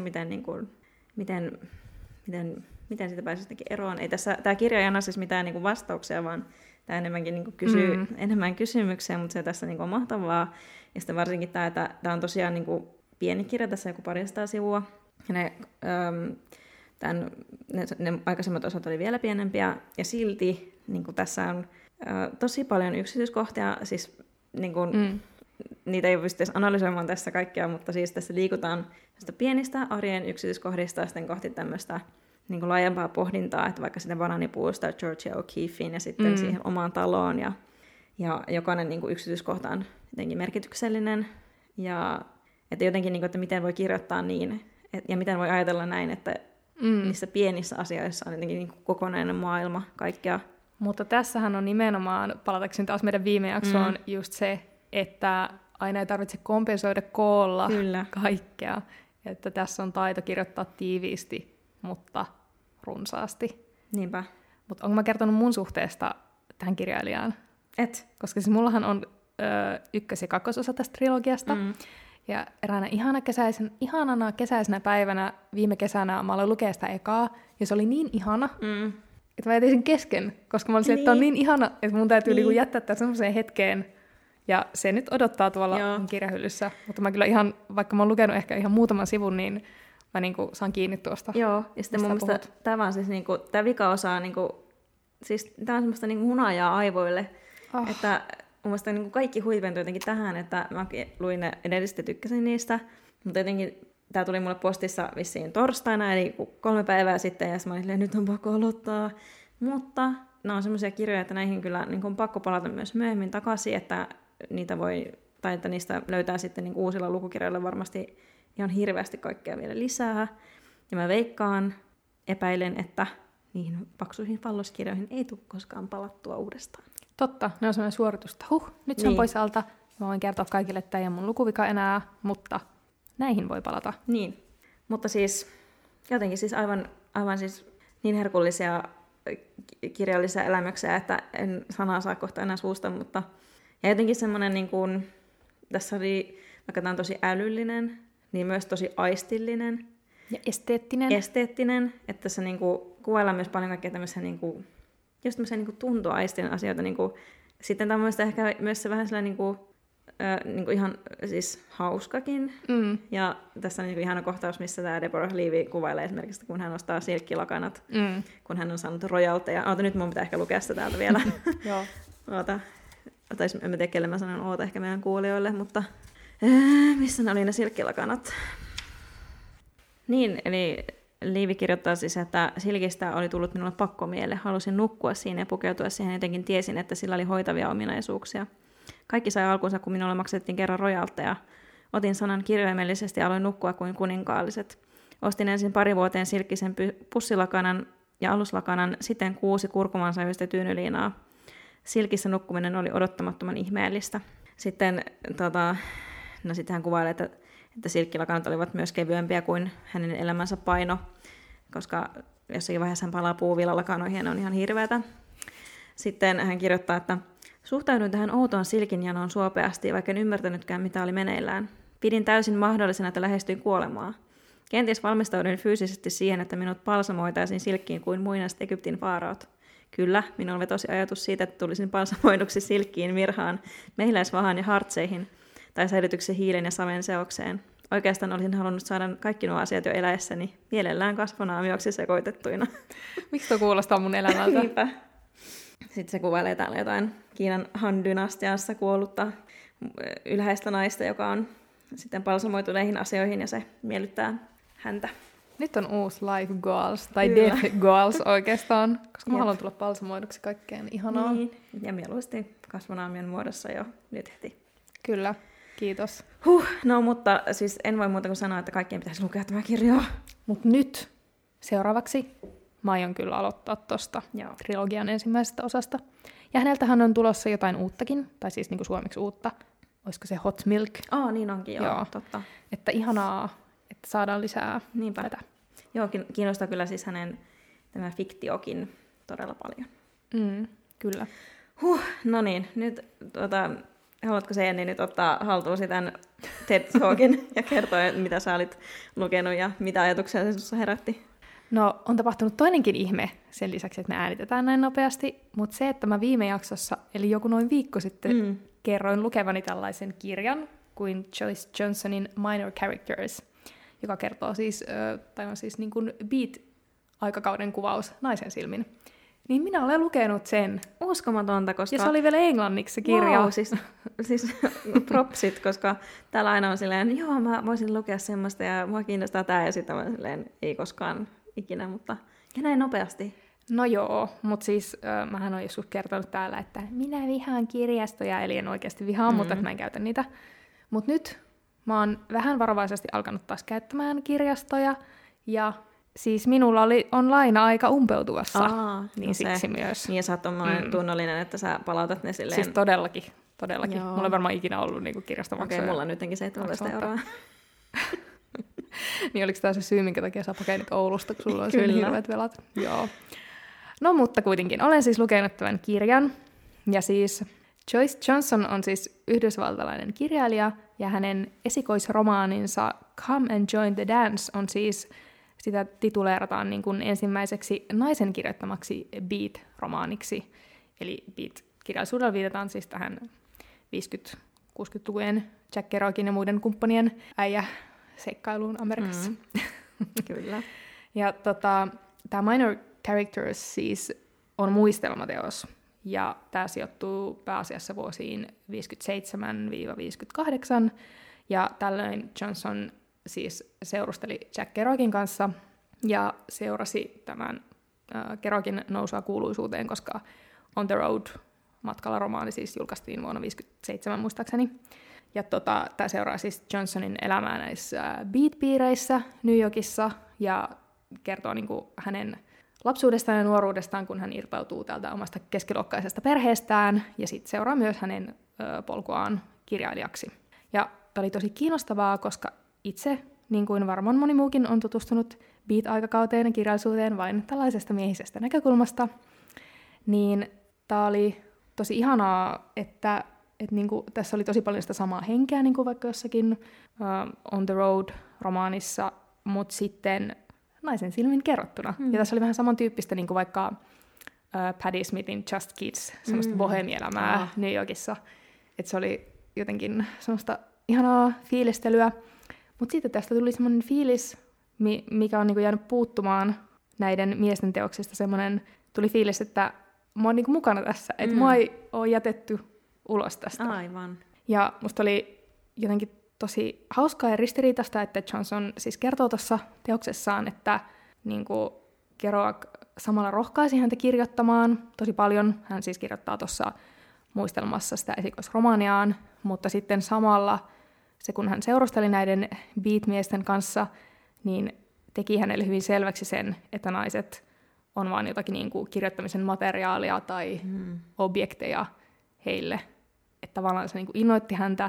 miten siitä pääsee jotenkin eroon. Ei tämä kirja ei anna siis mitään niinku vastauksia, vaan tämä enemmänkin niinku kysyy enemmän kysymyksiä, mutta se tässä niinku on mahtavaa. Ja sitten varsinkin tämä, että tämä on tosiaan niinku pieni kirja, tässä joku 200 sivua. Ja ne aikaisemmat osat oli vielä pienempiä, ja silti niinku tässä on tosi paljon yksityiskohtia, siis niinku, niitä ei pysty analysoimaan tässä kaikkea, mutta siis tässä liikutaan pienistä arjen yksityiskohdista sitten kohti tämmöistä niin kuin laajempaa pohdintaa, että vaikka sitten bananipuusta Georgia O'Keeffein ja sitten siihen omaan taloon, ja jokainen niin kuin yksityiskohta on jotenkin merkityksellinen, ja että jotenkin, niin kuin, että miten voi kirjoittaa niin, ja miten voi ajatella näin, että niissä pienissä asioissa on jotenkin niin kuin kokonainen maailma kaikkea. Mutta tässähän on nimenomaan, palatakseni taas meidän viime jaksoon, just se, että aina ei tarvitse kompensoida koolla kaikkea. Että tässä on taito kirjoittaa tiiviisti, mutta runsaasti. Niinpä. Mutta onko mä kertonut mun suhteesta tähän kirjailijaan? Et. Koska siis mullahan on ykkös- ja kakkososa tästä trilogiasta. Ja eräänä ihanana kesäisenä päivänä viime kesänä mä aloin lukea sitä ekaa. Ja se oli niin ihana, että mä jätin sen kesken. Koska mä olisin, että on niin ihana, että mun täytyy jättää tämä semmoiseen hetkeen. Ja se nyt odottaa tuolla mun kirjahyllyssä. Mutta mä kyllä ihan, vaikka mä oon lukenut ehkä ihan muutaman sivun, niin mä niinku saan kiinni tuosta. Joo, ja sitten mun mielestä tämä on siis niinku, tämä vika-osa on niinku, siis tämä on semmoista niinku hunajaa aivoille. Että mun mielestä niinku kaikki huipentui jotenkin tähän, että mä luin ne edellisesti, tykkäsin niistä, mutta jotenkin Tämä tuli mulle postissa vissiin torstaina, eli 3 päivää sitten, ja mä olin silleen, nyt on pakko aloittaa. Mutta nämä on semmoisia kirjoja, että näihin kyllä niin on pakko palata myös myöhemmin takaisin, että niitä voi, tai että niistä löytää sitten niin uusilla lukukirjoilla varmasti ihan hirveästi kaikkea vielä lisää. Ja mä epäilen, että niihin paksuihin palloskirjoihin ei tule koskaan palattua uudestaan. Totta, ne on sellainen suoritus, että nyt se on pois alta. Mä voin kertoa kaikille, että ei ole mun lukuvika enää, mutta näihin voi palata. Niin, mutta siis jotenkin siis aivan siis niin herkullisia kirjallisia elämyksiä, että en sanaa saa kohta enää suusta, mutta ja jotenkin semmoinen, niin kuin, tässä oli, vaikka tämä on tosi älyllinen, niin myös tosi aistillinen. Ja esteettinen, että tässä niin kuin, kuvaillaan myös paljon kaikkea tämmöisiä, niin kuin, just tämmöisiä niin kuin tuntoaistin asioita. Niin kuin, sitten tämä on myös ehkä myös se vähän sellainen niin kuin ihan siis hauskakin. Ja tässä on niin kuin ihana kohtaus, missä tämä Deborah Levy kuvailee esimerkiksi, kun hän ostaa silkkilakanat, kun hän on saanut rojalteja. Nyt mun pitää ehkä lukea sitä täältä vielä. Joo. Tai en tiedä, kelle mä sanon ehkä meidän kuulijoille, mutta missä ne oli ne silkkilakanat? Niin, eli Liivi kirjoittaa siis, että silkistä oli tullut minulle pakkomielle. Halusin nukkua siinä ja pukeutua siihen, jotenkin tiesin, että sillä oli hoitavia ominaisuuksia. Kaikki sai alkunsa, kun minulle maksettiin kerran rojalteja. Otin sanan kirjaimellisesti ja aloin nukkua kuin kuninkaalliset. Ostin ensin 2 vuoteen silkkisen pussilakanan ja aluslakanan, sitten 6 kurkumansävyistä tyynyliinaa. Silkissä nukkuminen oli odottamattoman ihmeellistä. Sitten sitten hän kuvailee, että silkkilakanat olivat myös kevyempiä kuin hänen elämänsä paino, koska jossakin vaiheessa hän palaa puuvillalakanoihin ja ne on ihan hirveätä. Sitten hän kirjoittaa, että suhtauduin tähän outoon silkinjanoon suopeasti, vaikka en ymmärtänytkään, mitä oli meneillään. Pidin täysin mahdollisena, että lähestyin kuolemaa. Kenties valmistauduin fyysisesti siihen, että minut palsamoitaisiin silkkiin kuin muinaiset Egyptin faaraot. Kyllä, minulla vetosi ajatus siitä, että tulisin palsamoiduksi silkkiin, mirhaan, mehiläisvahaan ja hartseihin, tai säilytyksi hiilen ja saven seokseen. Oikeastaan olisin halunnut saada kaikki nuo asiat jo eläessäni, mielellään kasvonaamioksi sekoitettuina. Miksi tuo kuulostaa mun elämältä? Niinpä. Sitten se kuvailee täällä jotain Kiinan Han-dynastiassa kuollutta ylhäistä naista, joka on sitten palsamoitu näihin asioihin, ja se miellyttää häntä. Nyt on uusi Life Goals, tai Death Goals oikeastaan, koska mä haluan tulla palsamoiduksi kaikkeen ihanaa. Niin, ja mieluusti kasvonaamion muodossa jo nyt heti. Kyllä, kiitos. No mutta siis en voi muuta kuin sanoa, että kaikkien pitäisi lukea tämä kirja. Mut nyt seuraavaksi mä aion kyllä aloittaa tosta trilogian ensimmäisestä osasta. Ja häneltähän on tulossa jotain uuttakin, tai siis niinku suomeksi uutta. Olisiko se Hot Milk? Niin onkin, joo, totta. Että ihanaa, että saadaan lisää tätä. Joo, kiinnostaa kyllä siis hänen tämä fiktiokin todella paljon. Kyllä. No niin, nyt haluatko se Jenni nyt ottaa haltuusi tämän TED Talkin ja kertoa, mitä sä olit lukenut ja mitä ajatuksia se sinussa herätti? No, on tapahtunut toinenkin ihme sen lisäksi, että me äänitetään näin nopeasti, mutta se, että mä viime jaksossa, eli joku noin viikko sitten, kerroin lukevani tällaisen kirjan kuin Joyce Johnsonin Minor Characters, joka kertoo siis, tai on siis niin kuin Beat-aikakauden kuvaus naisen silmin. Niin minä olen lukenut sen. Uskomatonta, koska... Ja se oli vielä englanniksi se kirja. Wow, siis propsit, koska täällä aina on silleen, joo, mä voisin lukea semmoista ja mua kiinnostaa tää, ja sitten mä silleen, ei koskaan ikinä, mutta ja näin nopeasti. No joo, mutta siis mähän olen joskus kertonut täällä, että minä vihaan kirjastoja, eli en oikeasti vihaa, mutta että mä en käytä niitä. Mutta nyt mä oon vähän varovaisesti alkanut taas käyttämään kirjastoja, ja siis minulla on laina-aika umpeutuvassa, niin no siksi myös. Niin, ja sä oot tommoinen tunnollinen, että sä palautat ne silleen. Siis todellakin. Joo. Mulla ei varmaan ikinä ollut niinku kirjastomaksuja. Okei, mulla on nytkin 17 euroa. Niin oliko tämä se syy, minkä takia sä pakenit Oulusta, kun sulla on siellä hirveät velat? Joo. No mutta kuitenkin, olen siis lukenut tämän kirjan. Ja siis Joyce Johnson on siis yhdysvaltalainen kirjailija, ja hänen esikoisromaaninsa Come and Join the Dance on siis, sitä tituleerataan niin kuin ensimmäiseksi naisen kirjoittamaksi Beat-romaaniksi. Eli Beat-kirjallisuudella viitataan siis tähän 50-60-lukujen Jack Kerouacin ja muiden kumppanien seikkailuun Amerikassa. Kyllä. Ja tämä Minor Characters siis on muistelmateos, ja tämä sijoittuu pääasiassa vuosiin 57-58, ja tällöin Johnson siis seurusteli Jack Kerouacin kanssa ja seurasi tämän Kerouacin nousua kuuluisuuteen, koska On the Road matkalla romaani siis julkaistiin vuonna 1957 muistaakseni. Ja tämä seuraa siis Johnsonin elämää näissä beat-piireissä New Yorkissa ja kertoo niin kuin hänen lapsuudestaan ja nuoruudestaan, kun hän irtautuu täältä omasta keskiluokkaisesta perheestään, ja sitten seuraa myös hänen polkuaan kirjailijaksi. Ja tämä oli tosi kiinnostavaa, koska itse, niin kuin varmaan moni muukin, on tutustunut beat-aikakauteen ja kirjallisuuteen vain tällaisesta miehisestä näkökulmasta, niin tämä oli tosi ihanaa, että niin kuin, tässä oli tosi paljon sitä samaa henkeä, niin kuin vaikka jossakin On the Road-romaanissa, mutta sitten naisen silmin kerrottuna. Ja tässä oli vähän samantyyppistä niin kuin vaikka Patti Smithin Just Kids, semmoista bohemielämää New Yorkissa. Että se oli jotenkin semmoista ihanaa fiilistelyä. Mutta sitten tästä tuli semmoinen fiilis, mikä on niin kuin jäänyt puuttumaan näiden miesten teoksista. Semmoinen tuli fiilis, että mä oon niin kuin mukana tässä, että mua ei ole jätetty ulos tästä. Aivan. Ja musta oli jotenkin tosi hauskaa ja ristiriitaista, että Johnson siis kertoo tuossa teoksessaan, että niin kuin Kerouac samalla rohkaisi häntä kirjoittamaan tosi paljon. Hän siis kirjoittaa tuossa muistelmassa sitä esikoisromaaniaan, mutta sitten samalla se, kun hän seurusteli näiden beat-miesten kanssa, niin teki hänelle hyvin selväksi sen, että naiset on vaan jotakin niin kuin kirjoittamisen materiaalia tai objekteja heille. Että tavallaan se niin kuin innoitti häntä,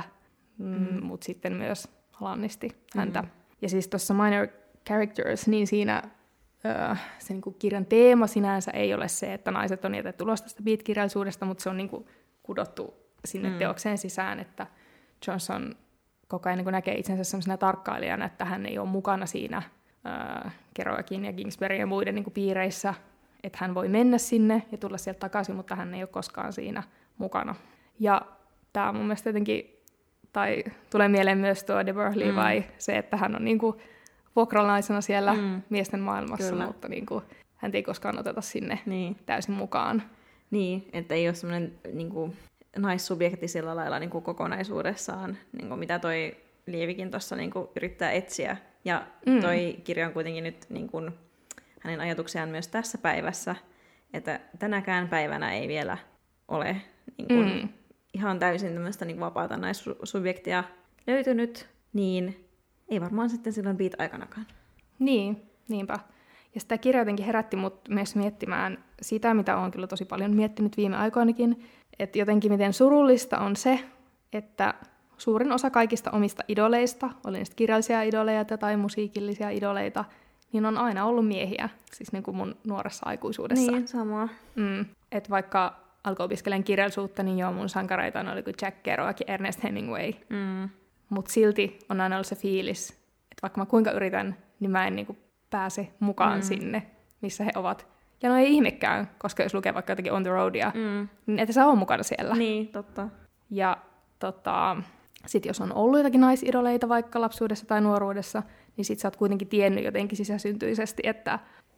mutta sitten myös lannisti häntä. Ja siis tuossa Minor Characters, niin siinä se niin kuin kirjan teema sinänsä ei ole se, että naiset on jätetty ulos tästä beat-kirjallisuudesta, mutta se on niin kuin kudottu sinne teokseen sisään, että Johnson koko ajan niin kuin näkee itsensä sellaisena tarkkailijana, että hän ei ole mukana siinä Kerouacin ja Kingsburyn ja muiden niin kuin piireissä, että hän voi mennä sinne ja tulla sieltä takaisin, mutta hän ei ole koskaan siinä mukana. Ja tämä mun mielestä jotenkin, tai tulee mieleen myös tuo Deborah Levi, se, että hän on niin kuin vuokralaisena siellä miesten maailmassa, kyllä, mutta niin kuin, häntä ei koskaan oteta sinne täysin mukaan. Niin, että ei ole semmoinen niin kuin naissubjekti sillä lailla niin kuin kokonaisuudessaan, niin kuin mitä toi Lievikin tuossa niin kuin yrittää etsiä. Ja toi kirja on kuitenkin nyt niin kuin hänen ajatuksiaan myös tässä päivässä, että tänäkään päivänä ei vielä ole niin kuin ihan täysin tämmöistä niin vapaata naissubjektia löytynyt, niin ei varmaan sitten silloin beat-aikanakaan. Niin, niinpä. Ja sitä kirja jotenkin herätti mut myös miettimään sitä, mitä olen kyllä tosi paljon miettinyt viime aikoinakin, että jotenkin miten surullista on se, että suurin osa kaikista omista idoleista, oli niistä kirjallisia idoleita tai musiikillisia idoleita, niin on aina ollut miehiä, siis niin kuin mun nuoressa aikuisuudessa. Niin, samaa. Että vaikka alkoi opiskelemaan kirjallisuutta, niin joo, mun sankareita oli kuin Jack Kerouac ja Ernest Hemingway. Mutta silti on aina ollut se fiilis, että vaikka mä kuinka yritän, niin mä en niinku pääse mukaan sinne, missä he ovat. Ja no ei ihmekään, koska jos lukee vaikka jotakin On the Roadia, niin et sä ole mukana siellä. Niin, totta. Ja sit jos on ollut jotakin naisidoleita vaikka lapsuudessa tai nuoruudessa, niin sit sä oot kuitenkin tiennyt jotenkin sisäsyntyisesti, että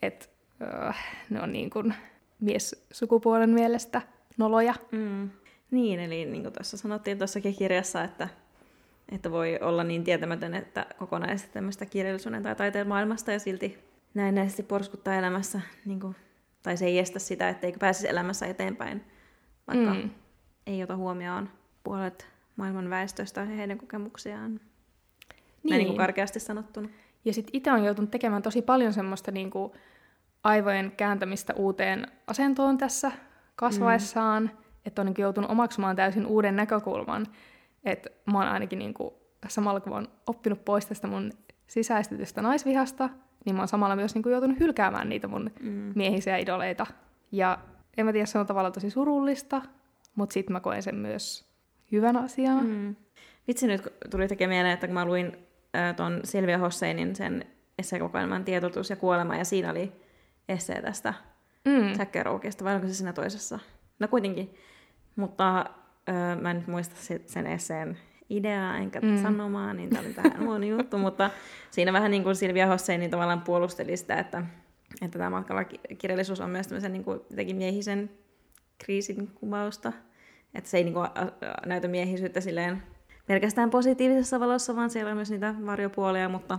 ne on niin kuin miessukupuolen mielestä noloja. Niin, eli niin kuin tuossa sanottiin tuossakin kirjassa, että voi olla niin tietämätön, että kokonaisesti tämmöistä kirjallisuuden tai taiteen maailmasta ja silti näennäisesti porskuttaa elämässä, niin kuin, tai se ei estä sitä, etteikö pääsisi elämässä eteenpäin, vaikka ei ota huomioon puolet maailman väestöstä ja heidän kokemuksiaan. Niin kuin karkeasti sanottuna. Ja sitten itse on joutunut tekemään tosi paljon semmoista niin kuin aivojen kääntämistä uuteen asentoon tässä kasvaessaan, että on niin kuin joutunut omaksumaan täysin uuden näkökulman. Että mä oon ainakin niin kuin, samalla kun mä oon oppinut pois tästä mun sisäistetystä naisvihasta, niin mä oon samalla myös niin kuin joutunut hylkäämään niitä mun miehisiä idoleita. Ja en mä tiedä, se on tavallaan tosi surullista, mutta sitten mä koen sen myös hyvänä asiana. Vitsi, nyt tuli tekemään mieleen, että kun mä luin ton Sylvia Hosseinin sen esseekokoelman Tietotus ja kuolema, ja siinä oli essee tästä Jack Kerouacista, vai onko se siinä toisessa? No kuitenkin. Mutta mä en nyt muista sen esseen ideaa enkä sanomaa, niin tämä oli tähän huono juttu, mutta siinä vähän niin kuin Sylvia Hossein niin tavallaan puolusteli sitä, että tämä matkalla kirjallisuus on myös tämmöisen niin kuin jotenkin miehisen kriisin kuvausta, että se ei niin kuin näytä miehisyyttä silleen pelkästään positiivisessa valossa, vaan siellä on myös niitä varjopuolia, mutta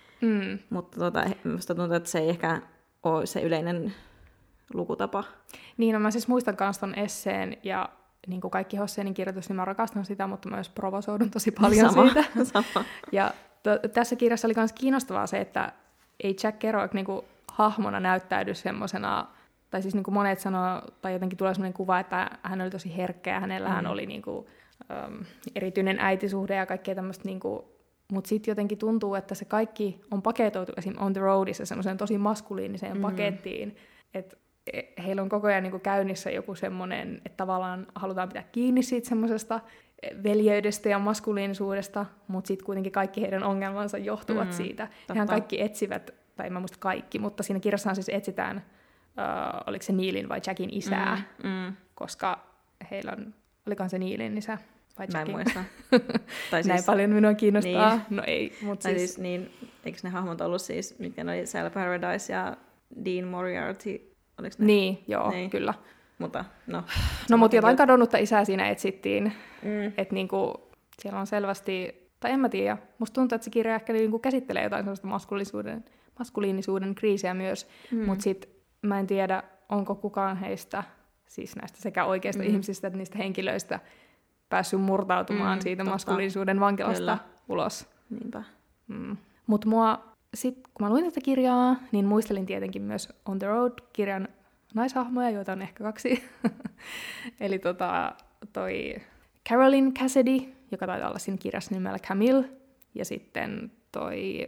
minusta tuntuu, että se ei ehkä ole se yleinen lukutapa. Niin, no mä siis muistan myös ton esseen, ja niin kuin kaikki Hosseenin kirjoitus, niin mä rakastan sitä, mutta mä myös provosoidun tosi paljon siitä. Sama. Ja tässä kirjassa oli myös kiinnostavaa se, että ei Jack Kerouac niin kuin hahmona näyttäydy semmosena, tai siis niin kuin monet sanoo, tai jotenkin tulee sellainen kuva, että hän oli tosi herkkä, ja hänellähän oli niin kuin, erityinen äitisuhde ja kaikkea tämmöistä, niin kuin, mutta sitten jotenkin tuntuu, että se kaikki on paketoitu esim. On the Roadissa semmoiseen tosi maskuliiniseen pakettiin, että heillä on koko ajan niin kuin käynnissä joku semmoinen, että tavallaan halutaan pitää kiinni siitä semmoisesta veljeydestä ja maskuliinisuudesta, mutta sitten kuitenkin kaikki heidän ongelmansa johtuvat siitä. Hehän kaikki etsivät, tai en mä muista kaikki, mutta siinä kirjassahan siis etsitään, oliko se Neilin vai Jackin isää, koska heillä on, olikohan se Neilin isä vai Jackin? Mä en muista. Tai näin siis, paljon minua kiinnostaa. Niin. No ei, mutta siis niin, eikö ne hahmot ollut siis, mitkä oli Sal Paradise ja Dean Moriarty? Oliko ne? Niin, joo, niin. Kyllä. Mutta mutta jotain kadonnutta isää siinä etsittiin. Että niinku, siellä on selvästi, tai en mä tiedä, musta tuntuu, että se kirja ehkä niinku käsittelee jotain sellaista maskuliinisuuden kriisiä myös, mutta sit mä en tiedä, onko kukaan heistä, siis näistä sekä oikeista ihmisistä että niistä henkilöistä, päässyt murtautumaan siitä maskuliinisuuden vankilasta ulos. Niinpä. Mutta sitten kun mä luin tätä kirjaa, niin muistelin tietenkin myös On the Road-kirjan naishahmoja, joita on ehkä 2. Eli toi Caroline Cassidy, joka taitaa olla siinä kirjassa nimellä Camille, ja sitten toi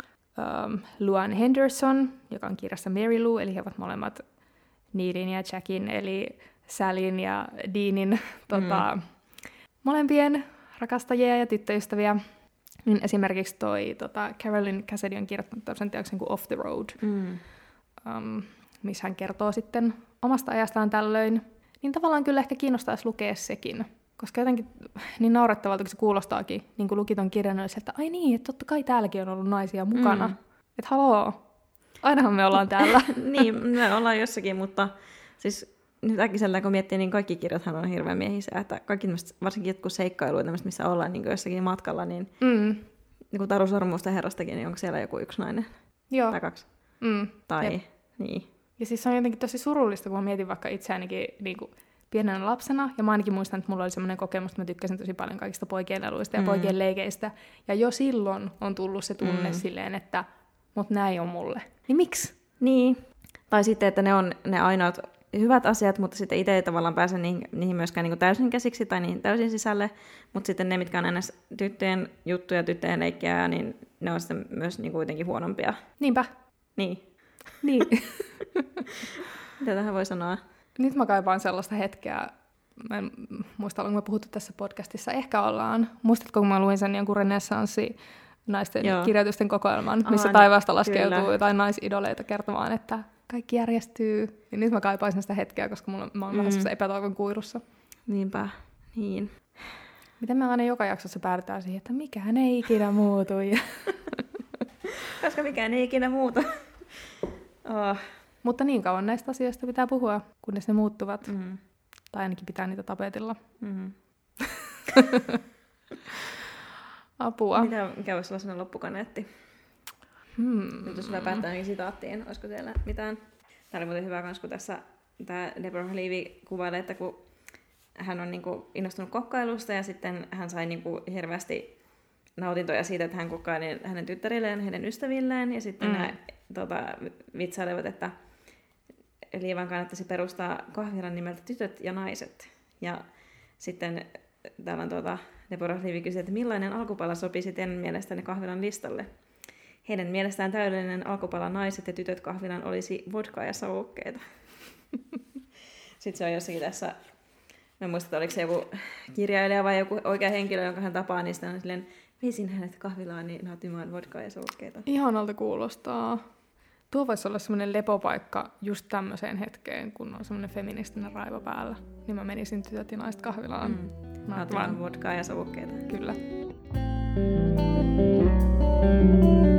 Luann Henderson, joka on kirjassa Mary Lou, eli he ovat molemmat Neilin ja Jackin, eli Sallyn ja Deanin molempien rakastajia ja tyttöystäviä. Niin esimerkiksi toi Caroline Cassidy on kirjoittanut tämmöisen teoksen kuin Off the Road, missä hän kertoo sitten omasta ajastaan tällöin. Niin tavallaan kyllä ehkä kiinnostaisi lukea sekin, koska jotenkin niin naurettavalta, kun se kuulostaakin, niin kuin lukit on kirjan, että ai niin, että totta kai täälläkin on ollut naisia mukana. Että haloo, ainahan me ollaan täällä. Niin, me ollaan jossakin, mutta siis nyt äkkiseltään kun miettii, niin kaikki kirjathan on hirveän miehisiä, että kaikki varsinkin jotkut seikkailuja, missä ollaan niin jossakin matkalla, niin kuin Taru Sormusten herrastakin, niin onko siellä joku yksi nainen? Joo. Tai 2? Tai niin. Ja siis se on jotenkin tosi surullista, kun mä mietin vaikka itseänikin niin kuin pienenä lapsena, ja mä ainakin muistan, että mulla oli semmoinen kokemus, että mä tykkäsin tosi paljon kaikista poikien leluista ja poikien leikeistä, ja jo silloin on tullut se tunne silleen, että mut näin on mulle. Niin miksi? Niin. Tai sitten, että ne on ne ainoat hyvät asiat, mutta sitten itse ei tavallaan pääse niihin myöskään niin kuin täysin käsiksi tai niihin täysin sisälle, mutta sitten ne, mitkä on aina tyttöjen juttuja, tyttöjen leikkiä, niin ne on sitten myös niin kuitenkin huonompia. Niinpä. Niin. Mitä tähän voi sanoa? Nyt mä kaipaan sellaista hetkeä, mä en muista, ollaanko me puhuttu tässä podcastissa, ehkä ollaan. Muistatko, kun mä luin sen jonkun renessanssi naisten kirjoitusten kokoelman, missä taivaasta laskeutuu jotain naisidoleita kertomaan, että kaikki järjestyy. Ja nyt mä kaipaisin sitä hetkeä, koska mä oon vähän sellaisessa epätoivon kuilussa. Niinpä, niin. Miten me aina joka jaksossa päädytään siihen, että mikään ei ikinä muutu. Koska mikään ei ikinä muutu. Mutta niin kauan näistä asioista pitää puhua, kunnes ne muuttuvat. Tai ainakin pitää niitä tapetilla. Apua. Mikä voisi olla sellainen loppukaneetti? Nyt jos sulla päättää ainakin sitaattiin, olisiko siellä mitään? Tämä oli muuten hyvä kans, kun tässä tämä Deborah Levy kuvailee, että kun hän on niinku innostunut kokkailusta ja sitten hän sai niinku hirveästi nautintoja siitä, että hän kokkaili hänen tyttärilleen, heidän ystävilleen ja sitten nämä vitsailevat, että Lievan kannattaisi perustaa kahvilan nimeltä Tytöt ja naiset. Ja sitten täällä on Deborah Levy kysyi, että millainen alkupala sopisi teidän mielestänne kahvilan listalle? Heidän mielestään täydellinen alkupala naiset ja tytöt kahvilan olisi vodkaa ja savukkeita. Sitten se on jossakin tässä, mä en muista, että oliko se joku kirjailija vai joku oikea henkilö, jonka hän tapaa, niin sitten on silleen, veisin hänet kahvilaan niin nauttimaan vodkaa ja savukkeita. Ihanalta kuulostaa. Tuo voisi olla semmoinen lepopaikka just tämmöiseen hetkeen, kun on semmoinen feministinen raivo päällä. Niin mä menisin tytöt ja naiset kahvilaan. Nauttimaan vodkaa ja savukkeita. Kyllä.